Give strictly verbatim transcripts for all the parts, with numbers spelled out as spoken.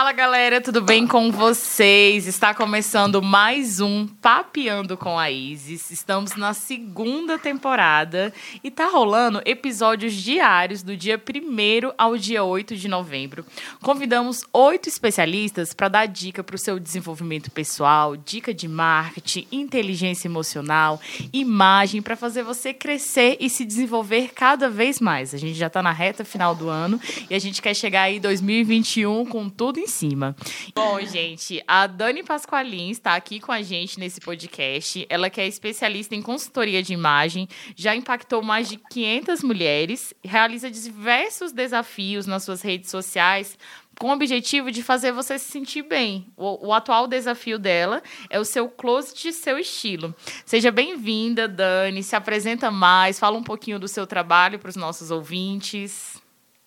Fala, galera, tudo bem com vocês? Está começando mais um Papeando com a Isis. Estamos na segunda temporada e tá rolando episódios diários do dia primeiro ao dia oito de novembro. Convidamos oito especialistas para dar dica para o seu desenvolvimento pessoal, dica de marketing, inteligência emocional, imagem, para fazer você crescer e se desenvolver cada vez mais. A gente já está na reta final do ano e a gente quer chegar aí em dois mil e vinte e um com tudo em cima. Bom, gente, a Dani Pasqualin está aqui com a gente nesse podcast. Ela que é especialista em consultoria de imagem, já impactou mais de quinhentas mulheres, realiza diversos desafios nas suas redes sociais com o objetivo de fazer você se sentir bem. O, o atual desafio dela é o seu closet de seu estilo. Seja bem-vinda, Dani. Se apresenta mais, fala um pouquinho do seu trabalho para os nossos ouvintes.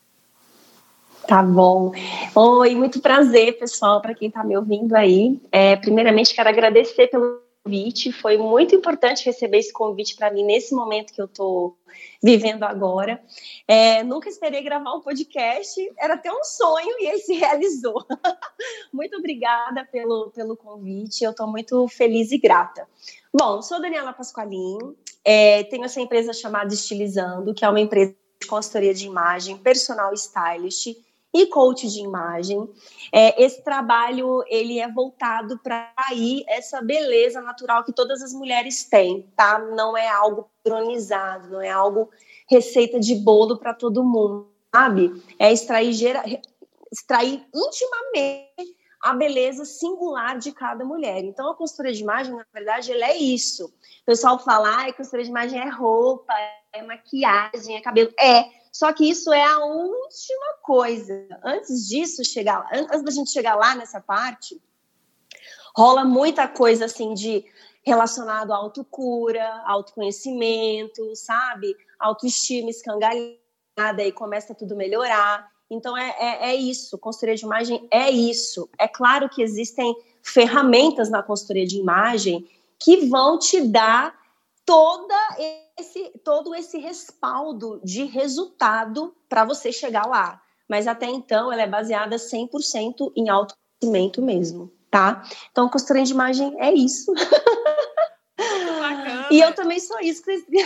Tá bom. Oi, muito prazer, pessoal, para quem está me ouvindo aí. É, primeiramente, quero agradecer pelo convite. Foi muito importante receber esse convite para mim nesse momento que eu estou vivendo agora. É, nunca esperei gravar um podcast, era até um sonho e ele se realizou. Muito obrigada pelo, pelo convite, eu estou muito feliz e grata. Bom, sou Daniela Pasqualin, é, tenho essa empresa chamada Estilizando, que é uma empresa de consultoria de imagem, personal stylist e coach de imagem. É, esse trabalho ele é voltado para aí essa beleza natural que todas as mulheres têm, tá? Não é algo padronizado, não é algo receita de bolo para todo mundo, sabe? É extrair, gera, extrair intimamente a beleza singular de cada mulher. Então, a consultoria de imagem, na verdade, ela é isso. O pessoal fala, ah, a consultoria de imagem é roupa, é maquiagem, é cabelo. É, só que isso é a última coisa. Antes disso, chegar, antes da gente chegar lá nessa parte, rola muita coisa assim de relacionado à autocura, autoconhecimento, sabe? Autoestima escangalhada e começa tudo a melhorar. Então, é, é, é isso. Consultoria de imagem é isso. É claro que existem ferramentas na consultoria de imagem que vão te dar toda esse, todo esse respaldo de resultado para você chegar lá. Mas até então ela é baseada cem por cento em autoconhecimento mesmo, tá? Então, consultoria de imagem é isso. Muito bacana. E eu também sou isso.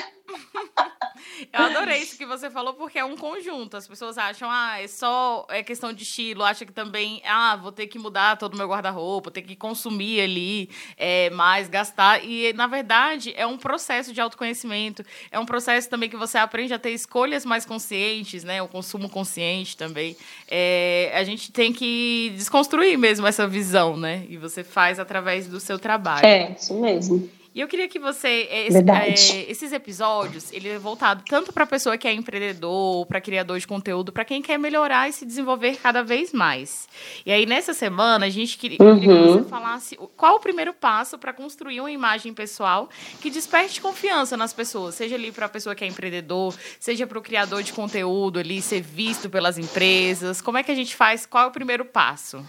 Eu adorei isso que você falou, porque é um conjunto. As pessoas acham, ah, é só é questão de estilo. Acham que também, ah, vou ter que mudar todo o meu guarda-roupa, ter que consumir ali é, mais, gastar. E, na verdade, é um processo de autoconhecimento. É um processo também que você aprende a ter escolhas mais conscientes, né? O consumo consciente também. É, a gente tem que desconstruir mesmo essa visão, né? E você faz através do seu trabalho. É, isso mesmo. E eu queria que você... Esse, é, esses episódios, ele é voltado tanto para a pessoa que é empreendedor, para criador de conteúdo, para quem quer melhorar e se desenvolver cada vez mais. E aí, nessa semana, a gente queria, uhum. queria que você falasse qual o primeiro passo para construir uma imagem pessoal que desperte confiança nas pessoas, seja ali para a pessoa que é empreendedor, seja para o criador de conteúdo ali, ser visto pelas empresas. Como é que a gente faz? Qual é o primeiro passo?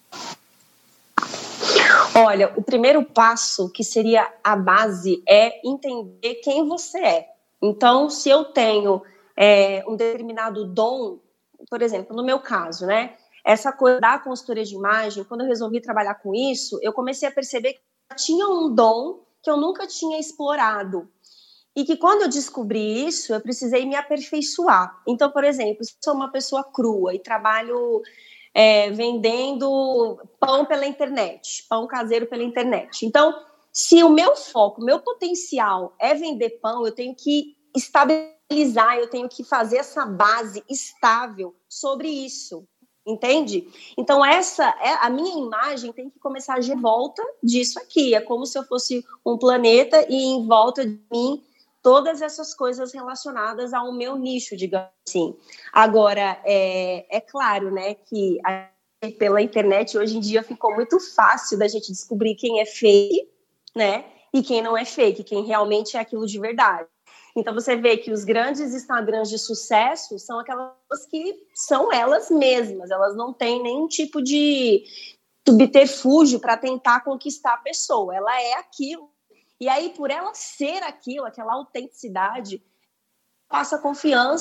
Olha, o primeiro passo, que seria a base, é entender quem você é. Então, se eu tenho é, um determinado dom, por exemplo, no meu caso, né? Essa coisa da consultoria de imagem, quando eu resolvi trabalhar com isso, eu comecei a perceber que eu tinha um dom que eu nunca tinha explorado. E que quando eu descobri isso, eu precisei me aperfeiçoar. Então, por exemplo, se eu sou uma pessoa crua e trabalho... É, vendendo pão pela internet, pão caseiro pela internet. Então, se o meu foco, o meu potencial é vender pão, eu tenho que estabilizar, eu tenho que fazer essa base estável sobre isso, entende? Então, essa é a minha imagem tem que começar a girar em volta disso aqui. É como se eu fosse um planeta e em volta de mim todas essas coisas relacionadas ao meu nicho, digamos assim. Agora, é, é claro, né, que a, pela internet hoje em dia ficou muito fácil da gente descobrir quem é fake, né, e quem não é fake, quem realmente é aquilo de verdade. Então, você vê que os grandes Instagrams de sucesso são aquelas que são elas mesmas, elas não têm nenhum tipo de subterfúgio para tentar conquistar a pessoa, ela é aquilo. E aí, por ela ser aquilo, aquela autenticidade, passa confiança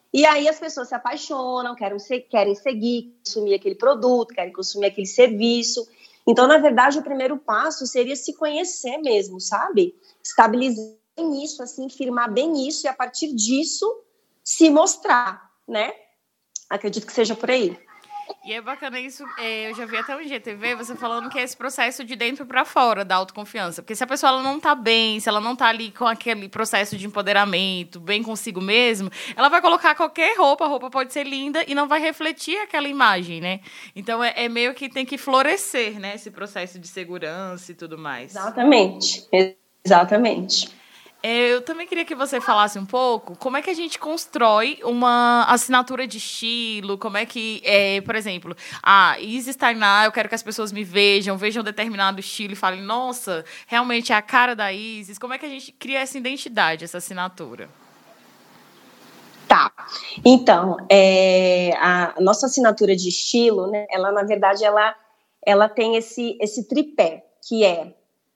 E aí as pessoas se apaixonam, querem, ser, querem seguir, consumir aquele produto, querem consumir aquele serviço. Então, na verdade, o primeiro passo seria se conhecer mesmo, sabe? Estabilizar bem isso, assim, firmar bem isso e a partir disso se mostrar, né? Acredito que seja por aí. E é bacana isso, é, eu já vi até um I G T V você falando que é esse processo de dentro para fora da autoconfiança. Porque se a pessoa ela não tá bem, se ela não tá ali com aquele processo de empoderamento, bem consigo mesmo, ela vai colocar qualquer roupa, a roupa pode ser linda e não vai refletir aquela imagem, né? Então é, é meio que tem que florescer, né? Esse processo de segurança e tudo mais. Exatamente, exatamente. Eu também queria que você falasse um pouco como é que a gente constrói uma assinatura de estilo, como é que, é, por exemplo, ah, Isis Tainá, eu quero que as pessoas me vejam, vejam determinado estilo e falem, nossa, realmente é a cara da Isis. Como é que a gente cria essa identidade, essa assinatura? Tá, então, é, a nossa assinatura de estilo, né, ela, na verdade, ela, ela tem esse, esse tripé, que é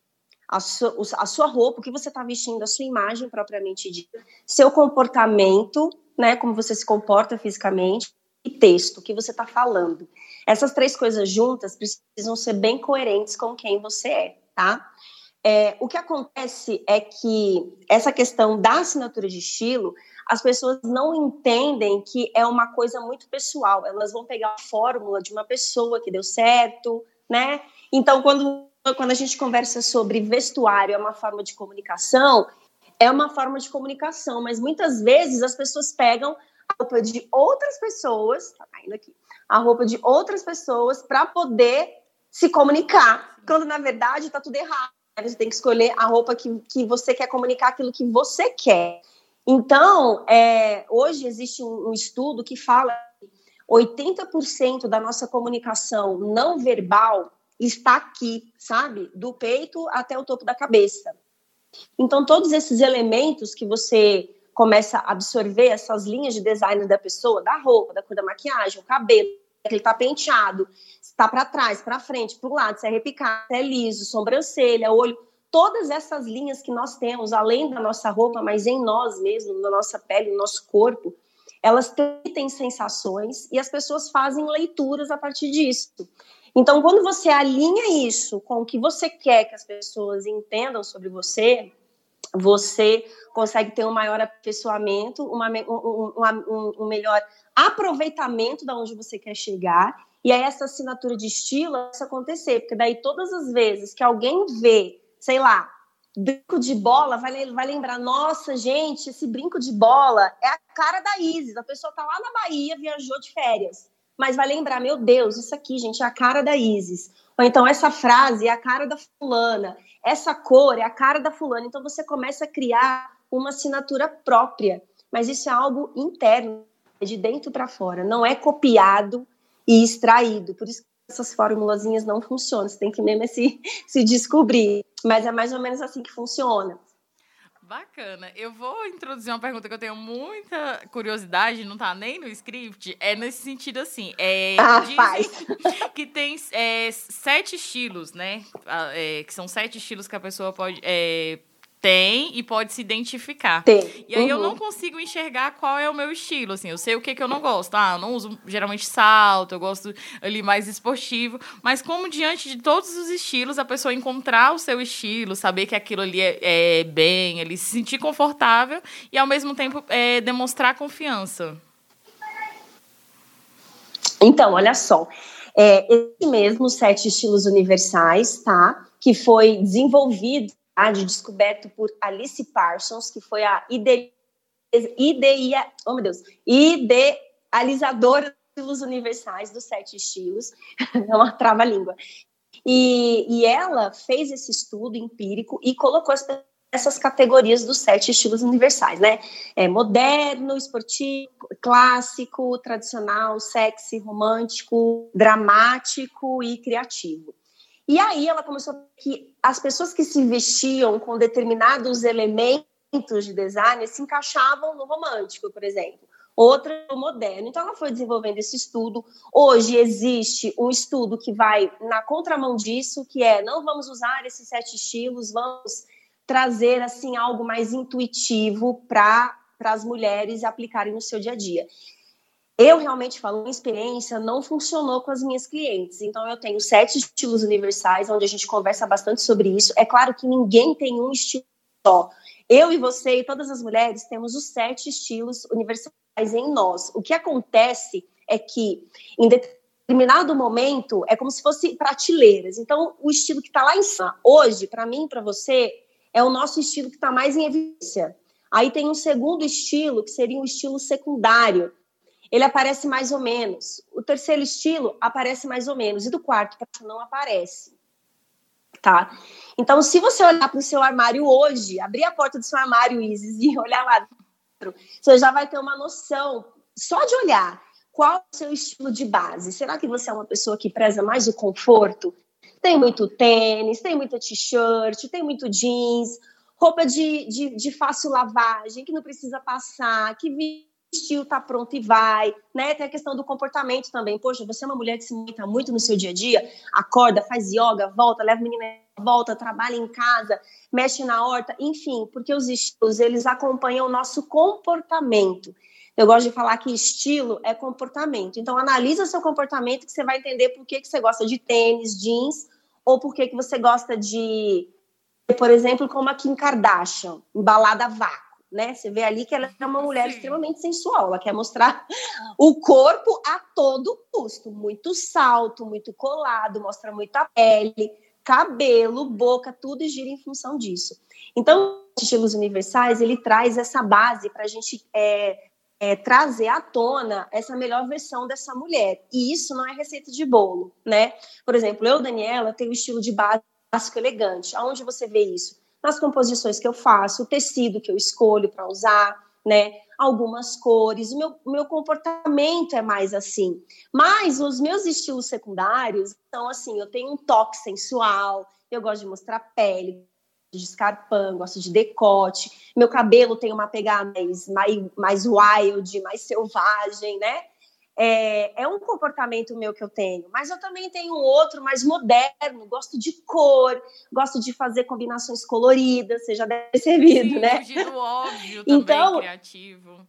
A sua, a sua roupa, o que você está vestindo, a sua imagem propriamente dita, seu comportamento, né, como você se comporta fisicamente, e texto, o que você está falando. Essas três coisas juntas precisam ser bem coerentes com quem você é, tá? É, o que acontece é que essa questão da assinatura de estilo, as pessoas não entendem que é uma coisa muito pessoal, elas vão pegar a fórmula de uma pessoa que deu certo, né? Então, quando Quando a gente conversa sobre vestuário, é uma forma de comunicação, é uma forma de comunicação, mas muitas vezes as pessoas pegam a roupa de outras pessoas, tá caindo aqui, a roupa de outras pessoas para poder se comunicar, quando na verdade está tudo errado. Você tem que escolher a roupa que, que você quer comunicar, aquilo que você quer. Então, é, hoje existe um, um estudo que fala que oitenta por cento da nossa comunicação não verbal está aqui, sabe? Do peito até o topo da cabeça. Então, todos esses elementos que você começa a absorver, essas linhas de design da pessoa, da roupa, da cor da maquiagem, o cabelo, que ele tá penteado, se tá para trás, para frente, para o lado, se é repicado, se é liso, sobrancelha, olho, todas essas linhas que nós temos, além da nossa roupa, mas em nós mesmos, na nossa pele, no nosso corpo, elas têm sensações e as pessoas fazem leituras a partir disso. Então, quando você alinha isso com o que você quer que as pessoas entendam sobre você, você consegue ter um maior aperfeiçoamento, uma, um, um, um melhor aproveitamento de onde você quer chegar, e aí essa assinatura de estilo vai acontecer, porque daí todas as vezes que alguém vê, sei lá, brinco de bola, vai, vai lembrar, nossa, gente, esse brinco de bola é a cara da Isis, a pessoa tá lá na Bahia, viajou de férias, mas vai lembrar, meu Deus, isso aqui, gente, é a cara da Isis. Ou então, essa frase é a cara da fulana, essa cor é a cara da fulana. Então, você começa a criar uma assinatura própria. Mas isso é algo interno, de dentro para fora. Não é copiado e extraído. Por isso que essas formulazinhas não funcionam. Você tem que mesmo se, se descobrir. Mas é mais ou menos assim que funciona. Bacana. Eu vou introduzir uma pergunta que eu tenho muita curiosidade, não tá nem no script, é nesse sentido assim, é, ah, faz. que tem é, sete estilos, né? É, que são sete estilos que a pessoa pode... É, tem e pode se identificar. Tem. E aí uhum. eu não consigo enxergar qual é o meu estilo, assim. Eu sei o que, que eu não gosto. Ah, eu não uso geralmente salto, eu gosto ali mais esportivo. Mas como diante de todos os estilos, a pessoa encontrar o seu estilo, saber que aquilo ali é, é bem, ele se sentir confortável e, ao mesmo tempo, é, demonstrar confiança. Então, olha só. É, esse mesmo Sete Estilos Universais, tá? Que foi desenvolvido, de descoberto por Alice Parsons, que foi a ide, ide, oh, meu Deus, idealizadora dos estilos universais, dos sete estilos, é uma trava-língua. E, e ela fez esse estudo empírico e colocou as, essas categorias dos sete estilos universais, né? É moderno, esportivo, clássico, tradicional, sexy, romântico, dramático e criativo. E aí ela começou a ver que as pessoas que se vestiam com determinados elementos de design se encaixavam no romântico, por exemplo, outra no moderno. Então ela foi desenvolvendo esse estudo. Hoje existe um estudo que vai na contramão disso, que é não vamos usar esses sete estilos, vamos trazer assim algo mais intuitivo para para as mulheres aplicarem no seu dia a dia. Eu realmente falo, minha experiência não funcionou com as minhas clientes. Então, eu tenho sete estilos universais, onde a gente conversa bastante sobre isso. É claro que ninguém tem um estilo só. Eu e você e todas as mulheres temos os sete estilos universais em nós. O que acontece é que, em determinado momento, é como se fosse prateleiras. Então, o estilo que está lá em cima, hoje, para mim e para você, é o nosso estilo que está mais em evidência. Aí tem um segundo estilo, que seria um estilo secundário. Ele aparece mais ou menos. O terceiro estilo aparece mais ou menos. E do quarto não aparece. Tá? Então, se você olhar para o seu armário hoje, abrir a porta do seu armário, Isis, e olhar lá dentro, você já vai ter uma noção, só de olhar, qual é o seu estilo de base. Será que você é uma pessoa que preza mais o conforto? Tem muito tênis, tem muita t-shirt, tem muito jeans, roupa de, de, de fácil lavagem, que não precisa passar, que vestiu, tá pronto e vai, né? Tem a questão do comportamento também. Poxa, você é uma mulher que se movimenta muito no seu dia a dia, acorda, faz yoga, volta, leva a menina, volta, trabalha em casa, mexe na horta, enfim, porque os estilos, eles acompanham o nosso comportamento. Eu gosto de falar que estilo é comportamento. Então, analisa seu comportamento que você vai entender por que, que você gosta de tênis, jeans, ou por que, que você gosta de, por exemplo, como a Kim Kardashian, embalada a vácuo. Né? Você vê ali que ela é uma mulher Sim. extremamente sensual, ela quer mostrar o corpo a todo custo, muito salto, muito colado, mostra muita pele, cabelo, boca, tudo gira em função disso. Então, os estilos universais, ele traz essa base para a gente é, é, trazer à tona essa melhor versão dessa mulher, e isso não é receita de bolo, né? Por exemplo, eu, Daniela, tenho um estilo de base básico elegante. Aonde você vê isso? Nas composições que eu faço, o tecido que eu escolho para usar, né? Algumas cores, o meu, o meu comportamento é mais assim. Mas os meus estilos secundários são assim, eu tenho um toque sensual, eu gosto de mostrar pele, de escarpão, gosto de decote, meu cabelo tem uma pegada mais, mais, mais wild, mais selvagem, né? É, é um comportamento meu que eu tenho, mas eu também tenho um outro mais moderno, gosto de cor, gosto de fazer combinações coloridas, você já deve ter servido, Sim, né? fugir do óbvio também, então, criativo.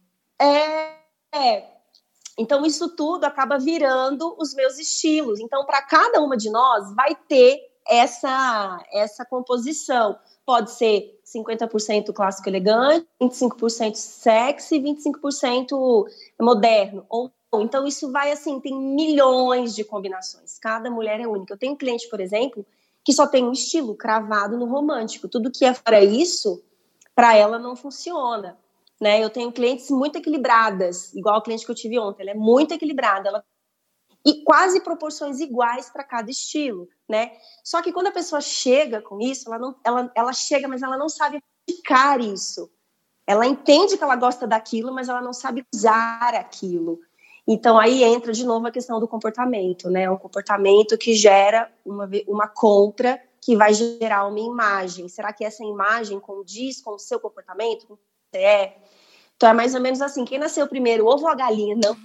É, é, então isso tudo acaba virando os meus estilos. Então, para cada uma de nós vai ter essa, essa composição. Pode ser cinquenta por cento clássico elegante, vinte e cinco por cento sexy, vinte e cinco por cento moderno, ou então, isso vai assim, tem milhões de combinações. Cada mulher é única. Eu tenho um cliente, por exemplo, que só tem um estilo cravado no romântico. Tudo que é fora isso, para ela não funciona. Né? Eu tenho clientes muito equilibradas, igual a cliente que eu tive ontem. Ela é muito equilibrada. Ela... E quase proporções iguais para cada estilo. Né? Só que quando a pessoa chega com isso, ela, não, ela, ela chega, mas ela não sabe aplicar isso. Ela entende que ela gosta daquilo, mas ela não sabe usar aquilo. Então, aí entra de novo a questão do comportamento, né? Um comportamento que gera uma, uma compra que vai gerar uma imagem. Será que essa imagem condiz com o seu comportamento? Com o que você é? Então, é mais ou menos assim. Quem nasceu primeiro, ovo ou a galinha? Não.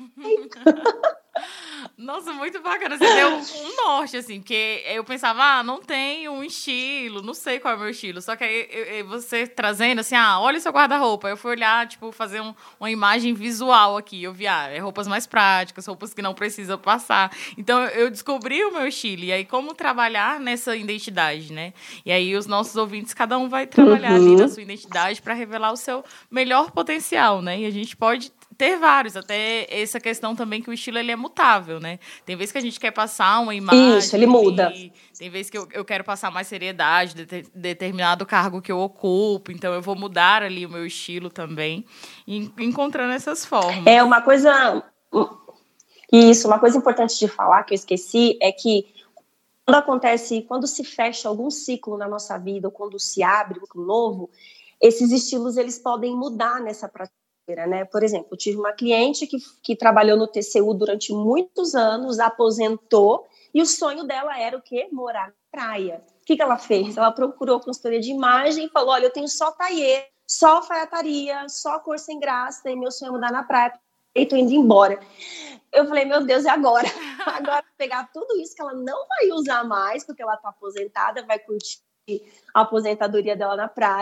Nossa, muito bacana. Você deu um norte, assim, porque eu pensava, ah, não tem um estilo, não sei qual é o meu estilo. Só que aí eu, eu, você trazendo assim, ah, olha seu guarda-roupa. Eu fui olhar, tipo, fazer um, uma imagem visual aqui. Eu vi, ah, é roupas mais práticas, roupas que não precisam passar. Então, eu descobri o meu estilo. E aí, como trabalhar nessa identidade, né? E aí, os nossos ouvintes, cada um vai trabalhar uhum. ali na sua identidade para revelar o seu melhor potencial, né? E a gente pode ter vários, até essa questão também que o estilo ele é mutável, né? Tem vezes que a gente quer passar uma imagem... Isso, ele muda. Tem vezes que eu, eu quero passar mais seriedade, de ter, determinado cargo que eu ocupo, então eu vou mudar ali o meu estilo também, e encontrando essas formas. É uma coisa... Isso, uma coisa importante de falar, que eu esqueci, é que quando acontece, quando se fecha algum ciclo na nossa vida, ou quando se abre um novo, esses estilos, eles podem mudar nessa prática. Né? Por exemplo, eu tive uma cliente que, que trabalhou no T C U durante muitos anos, aposentou, e o sonho dela era o quê? Morar na praia. O que, que ela fez? Ela procurou consultoria de imagem e falou, olha, eu tenho só tailleur, só alfaiataria, só cor sem graça, e meu sonho é mudar na praia, e tô indo embora. Eu falei, meu Deus, e agora? Agora pegar tudo isso que ela não vai usar mais, porque ela tá aposentada, vai curtir a aposentadoria dela na praia,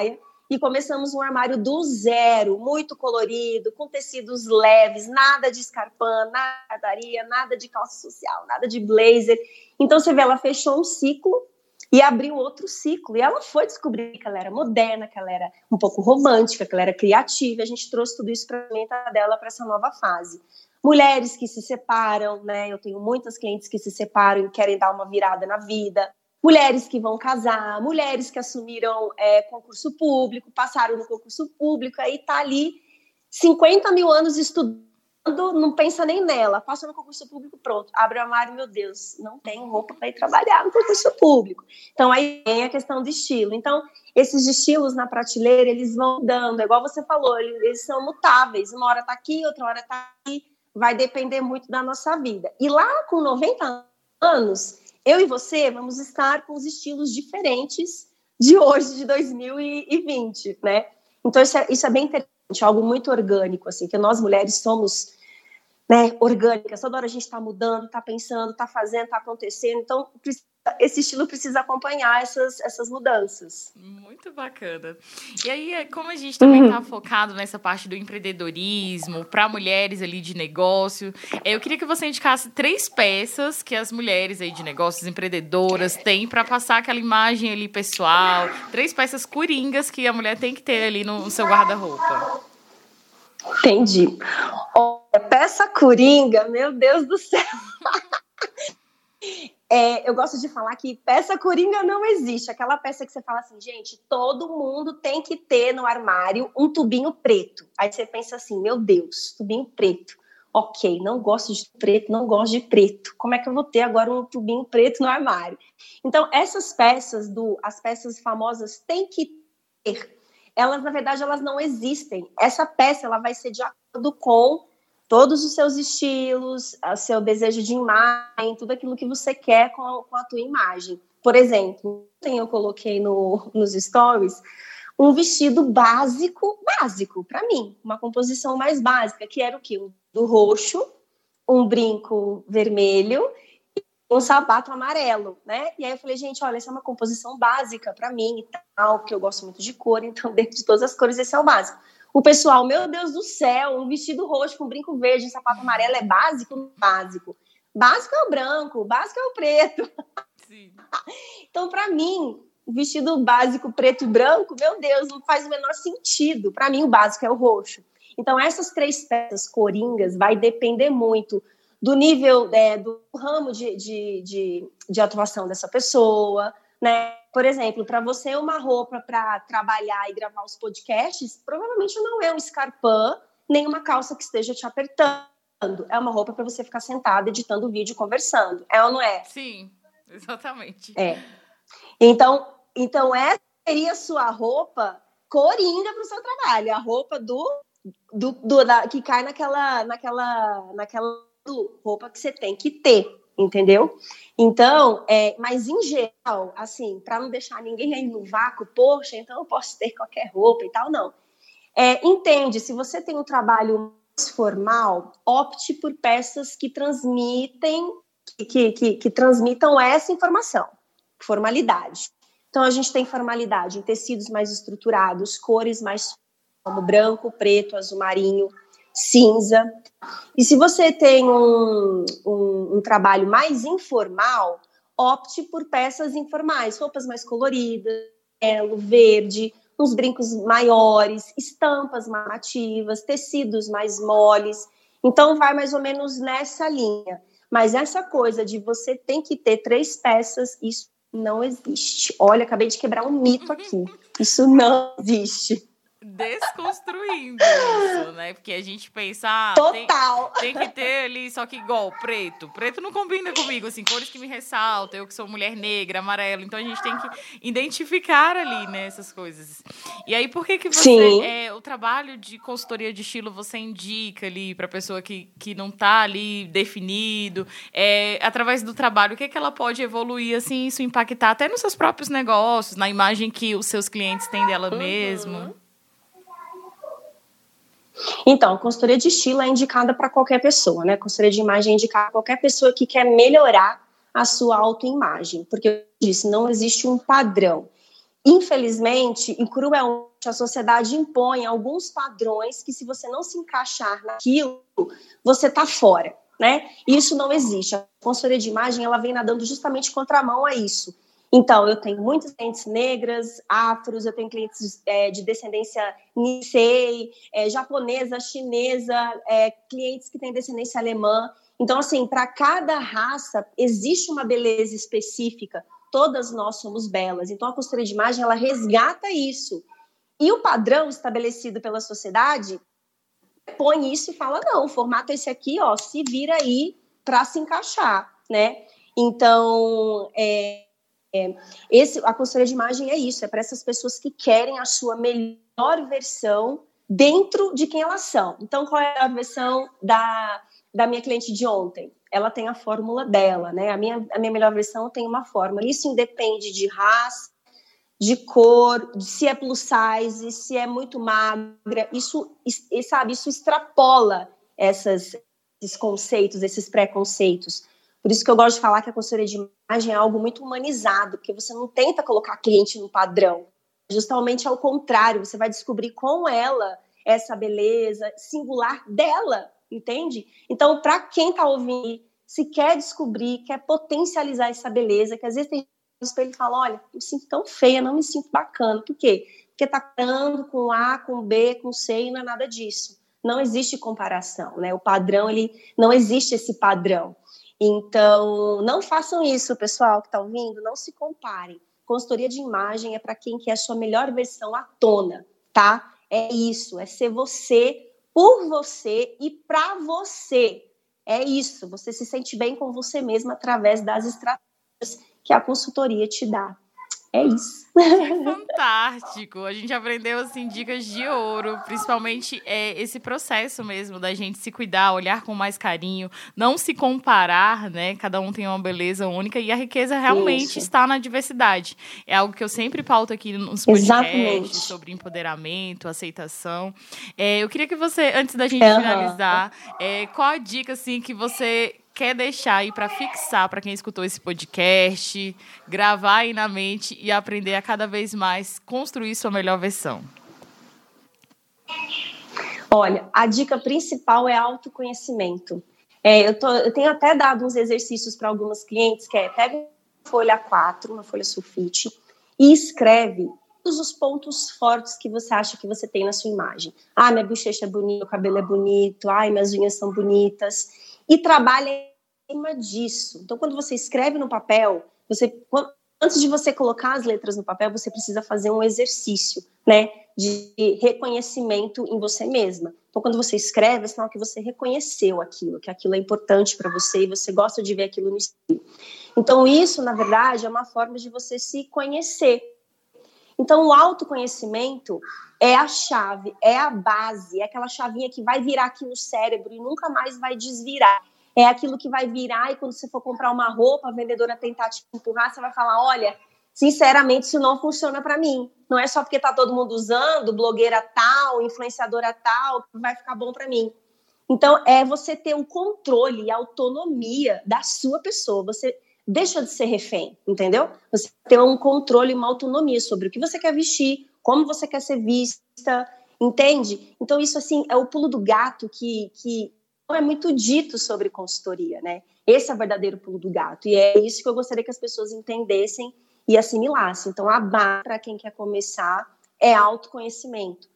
e começamos um armário do zero, muito colorido, com tecidos leves, nada de escarpão, nada de padaria, nada de calça social, nada de blazer. Então, você vê, ela fechou um ciclo e abriu outro ciclo. E ela foi descobrir que ela era moderna, que ela era um pouco romântica, que ela era criativa. A gente trouxe tudo isso para a ferramenta dela para essa nova fase. Mulheres que se separam, né? Eu tenho muitas clientes que se separam e querem dar uma virada na vida. Mulheres que vão casar, mulheres que assumiram é, concurso público, passaram no concurso público, aí tá ali cinquenta mil anos estudando, não pensa nem nela, passa no concurso público, pronto, abre o armário, meu Deus, não tenho roupa para ir trabalhar no concurso público. Então aí vem a questão de estilo. Então esses estilos na prateleira, eles vão dando, igual você falou, eles, eles são mutáveis, uma hora tá aqui, outra hora tá aqui, vai depender muito da nossa vida. E lá com noventa anos, eu e você vamos estar com os estilos diferentes de hoje, de dois mil e vinte, né? Então, isso é, isso é bem interessante, algo muito orgânico, assim, que nós mulheres somos, né, orgânicas. Toda hora a gente está mudando, está pensando, está fazendo, está acontecendo. Então, esse estilo precisa acompanhar essas, essas mudanças. Muito bacana. E aí, como a gente também está uhum. focado nessa parte do empreendedorismo, para mulheres ali de negócio, eu queria que você indicasse três peças que as mulheres aí de negócios, empreendedoras, têm para passar aquela imagem ali pessoal, três peças coringas que a mulher tem que ter ali no, no seu guarda-roupa. Entendi. Olha, peça coringa, meu Deus do céu. É, eu gosto de falar que peça coringa não existe. Aquela peça que você fala assim, gente, todo mundo tem que ter no armário um tubinho preto. Aí você pensa assim, meu Deus, tubinho preto. Ok, não gosto de preto, não gosto de preto. Como é que eu vou ter agora um tubinho preto no armário? Então, essas peças, do, as peças famosas, tem que ter. Elas, na verdade, elas não existem. Essa peça, ela vai ser de acordo com todos os seus estilos, o seu desejo de imagem, tudo aquilo que você quer com a, com a tua imagem. Por exemplo, eu coloquei no, nos stories um vestido básico, básico, para mim, uma composição mais básica, que era o quê? Do roxo, um brinco vermelho e um sapato amarelo, né? E aí eu falei, gente, olha, essa é uma composição básica para mim e tal, porque eu gosto muito de cor, então dentro de todas as cores esse é o básico. O pessoal, meu Deus do céu, um vestido roxo com um brinco verde, um sapato amarelo é básico? Básico. Básico é o branco, básico é o preto. Sim. Então, para mim, o vestido básico preto e branco, meu Deus, não faz o menor sentido. Para mim, o básico é o roxo. Então, essas três peças coringas vai depender muito do nível, é, do ramo de, de, de, de atuação dessa pessoa, né? Por exemplo, para você uma roupa para trabalhar e gravar os podcasts, provavelmente não é um escarpão, nem uma calça que esteja te apertando. É uma roupa para você ficar sentada, editando o vídeo, conversando. É ou não é? Sim, exatamente. É. Então, então essa seria a sua roupa coringa para o seu trabalho. A roupa do, do, do da, que cai naquela, naquela, naquela roupa que você tem que ter. Entendeu? Então, é, mas em geral, assim, para não deixar ninguém aí no vácuo, poxa, então eu posso ter qualquer roupa e tal, não. É, entende, se você tem um trabalho mais formal, opte por peças que transmitem, que, que, que transmitam essa informação, formalidade. Então, a gente tem formalidade em tecidos mais estruturados, cores mais como branco, preto, azul marinho, cinza. E se você tem um, um, um trabalho mais informal, opte por peças informais, roupas mais coloridas, amarelo, verde, uns brincos maiores, estampas mais ativas, tecidos mais moles. Então, vai mais ou menos nessa linha. Mas essa coisa de você tem que ter três peças, isso não existe. Olha, acabei de quebrar um mito aqui. Isso não existe. Desconstruindo isso, né? Porque a gente pensa, ah, total. Tem, tem que ter ali, só que igual, preto. Preto não combina comigo, assim, cores que me ressaltam, eu que sou mulher negra, amarelo. Então a gente tem que identificar ali, né, essas coisas. E aí, por que que você, é, o trabalho de consultoria de estilo, você indica ali pra pessoa que, que não tá ali definido, é, através do trabalho, o que que ela pode evoluir, assim, isso impactar até nos seus próprios negócios, na imagem que os seus clientes têm dela uhum. mesmo? Então, a consultoria de estilo é indicada para qualquer pessoa, né? A consultoria de imagem é indicada para qualquer pessoa que quer melhorar a sua autoimagem, porque eu disse, não existe um padrão. Infelizmente, e cruelmente, a sociedade impõe alguns padrões que, se você não se encaixar naquilo, você está fora, né? Isso não existe. A consultoria de imagem, ela vem nadando justamente contramão a isso. Então, eu tenho muitas clientes negras, afros, eu tenho clientes é, de descendência Nisei, é, japonesa, chinesa, é, clientes que têm descendência alemã. Então, assim, para cada raça, existe uma beleza específica. Todas nós somos belas. Então, a consultoria de imagem, ela resgata isso. E o padrão estabelecido pela sociedade põe isso e fala, não, o formato é esse aqui, ó, se vira aí para se encaixar, né? Então, é, é, esse, a consultoria de imagem é isso, é para essas pessoas que querem a sua melhor versão dentro de quem elas são. Então, qual é a versão da, da minha cliente de ontem? Ela tem a fórmula dela, né? A minha, a minha melhor versão tem uma fórmula. Isso independe de raça, de cor, de se é plus size, se é muito magra. Isso, sabe, isso extrapola essas, esses conceitos, esses preconceitos. Por isso que eu gosto de falar que a consultoria de imagem é algo muito humanizado, porque você não tenta colocar a cliente no padrão. Justamente ao contrário, você vai descobrir com ela essa beleza singular dela, entende? Então, para quem está ouvindo, se quer descobrir, quer potencializar essa beleza, que às vezes tem gente que ele fala, olha, eu me sinto tão feia, não me sinto bacana. Por quê? Porque está comparando com A, com B, com C, e não é nada disso. Não existe comparação, né? O padrão, ele não existe esse padrão. Então, não façam isso, pessoal que está ouvindo, não se comparem. Consultoria de imagem é para quem quer a sua melhor versão à tona, tá? É isso, é ser você, por você e para você. É isso, você se sente bem com você mesma através das estratégias que a consultoria te dá. É isso. Que fantástico! A gente aprendeu, assim, dicas de ouro, principalmente é, esse processo mesmo da gente se cuidar, olhar com mais carinho, não se comparar, né? Cada um tem uma beleza única e a riqueza realmente Isso. está na diversidade. É algo que eu sempre pauto aqui nos podcasts Exatamente. sobre empoderamento, aceitação. É, eu queria que você, antes da gente uhum. finalizar, é, qual a dica, assim, que você quer deixar aí para fixar para quem escutou esse podcast, gravar aí na mente e aprender a cada vez mais construir sua melhor versão? Olha, a dica principal é autoconhecimento. É, eu, tô, eu tenho até dado uns exercícios para algumas clientes, que é, pega uma folha A quatro, uma folha sulfite, e escreve todos os pontos fortes que você acha que você tem na sua imagem. Ah, minha bochecha é bonita, meu cabelo é bonito, ai, minhas unhas são bonitas. E trabalha em cima disso. Então, quando você escreve no papel, você, antes de você colocar as letras no papel, você precisa fazer um exercício, né, de reconhecimento em você mesma. Então, quando você escreve, é sinal que você reconheceu aquilo, que aquilo é importante para você e você gosta de ver aquilo no espelho. Então, isso, na verdade, é uma forma de você se conhecer. Então, o autoconhecimento é a chave, é a base, é aquela chavinha que vai virar aqui no cérebro e nunca mais vai desvirar. É aquilo que vai virar e quando você for comprar uma roupa, a vendedora tentar te empurrar, você vai falar, olha, sinceramente, isso não funciona para mim. Não é só porque tá todo mundo usando, blogueira tal, influenciadora tal, que vai ficar bom para mim. Então, é você ter o controle e a autonomia da sua pessoa. Você deixa de ser refém, entendeu? Você tem um controle e uma autonomia sobre o que você quer vestir, como você quer ser vista, entende? Então, isso, assim, é o pulo do gato que, que não é muito dito sobre consultoria, né? Esse é o verdadeiro pulo do gato. E é isso que eu gostaria que as pessoas entendessem e assimilassem. Então, a base para quem quer começar é autoconhecimento.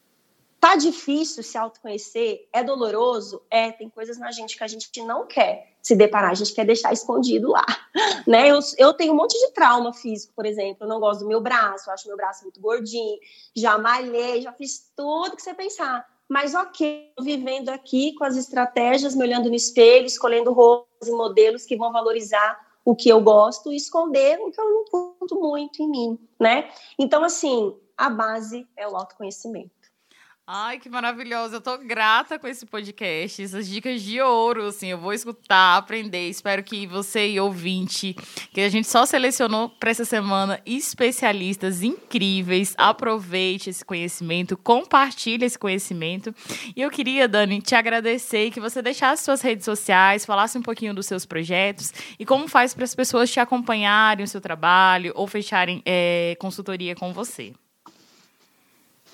Tá difícil se autoconhecer? É doloroso? É, tem coisas na gente que a gente não quer se deparar, a gente quer deixar escondido lá, né? Eu, eu tenho um monte de trauma físico, por exemplo, eu não gosto do meu braço, eu acho meu braço muito gordinho, já malhei, já fiz tudo que você pensar, mas ok, vivendo aqui com as estratégias, me olhando no espelho, escolhendo roupas e modelos que vão valorizar o que eu gosto e esconder o que eu não curto muito em mim, né? Então, assim, a base é o autoconhecimento. Ai, que maravilhoso. Eu tô grata com esse podcast, essas dicas de ouro, assim, eu vou escutar, aprender. Espero que você e ouvinte, que a gente só selecionou para essa semana especialistas incríveis, aproveite esse conhecimento, compartilhe esse conhecimento. E eu queria, Dani, te agradecer e que você deixasse suas redes sociais, falasse um pouquinho dos seus projetos e como faz para as pessoas te acompanharem o seu trabalho ou fecharem é, consultoria com você.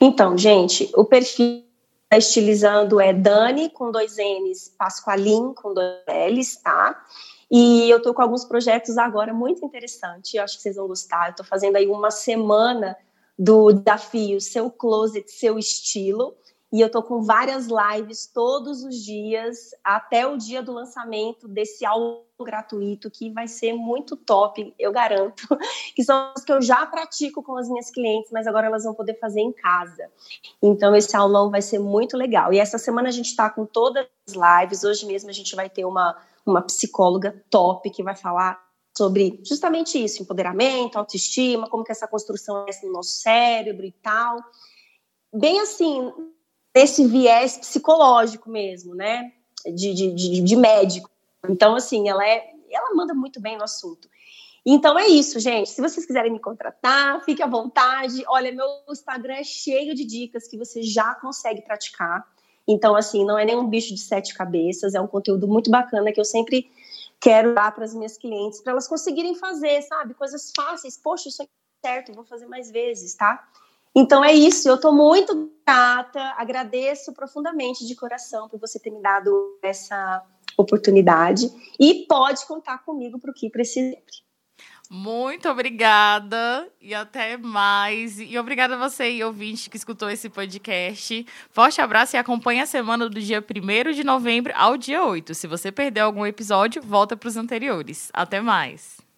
Então, gente, o perfil tá estilizando é Dani, com dois N's, Pasqualin, com dois L's, tá? E eu tô com alguns projetos agora muito interessantes, eu acho que vocês vão gostar. Eu tô fazendo aí uma semana do desafio Seu Closet, Seu Estilo, e eu tô com várias lives todos os dias, até o dia do lançamento desse aula gratuito, que vai ser muito top, eu garanto, que são as que eu já pratico com as minhas clientes, mas agora elas vão poder fazer em casa. Então, esse aulão vai ser muito legal. E essa semana a gente está com todas as lives, hoje mesmo a gente vai ter uma, uma psicóloga top que vai falar sobre justamente isso, empoderamento, autoestima, como que essa construção é no nosso cérebro e tal. Bem assim, nesse viés psicológico mesmo, né? De, de, de, de médico. Então, assim, ela, é, ela manda muito bem no assunto. Então, é isso, gente. Se vocês quiserem me contratar, fique à vontade. Olha, meu Instagram é cheio de dicas que você já consegue praticar. Então, assim, não é nenhum bicho de sete cabeças. É um conteúdo muito bacana que eu sempre quero dar para as minhas clientes, para elas conseguirem fazer, sabe? Coisas fáceis. Poxa, isso aqui é certo, vou fazer mais vezes, tá? Então é isso, eu estou muito grata, agradeço profundamente de coração por você ter me dado essa oportunidade e pode contar comigo para o que precisar. Muito obrigada e até mais. E obrigada a você, ouvinte, que escutou esse podcast. Forte abraço e acompanhe a semana do dia primeiro de novembro ao dia oito. Se você perdeu algum episódio, volta para os anteriores. Até mais.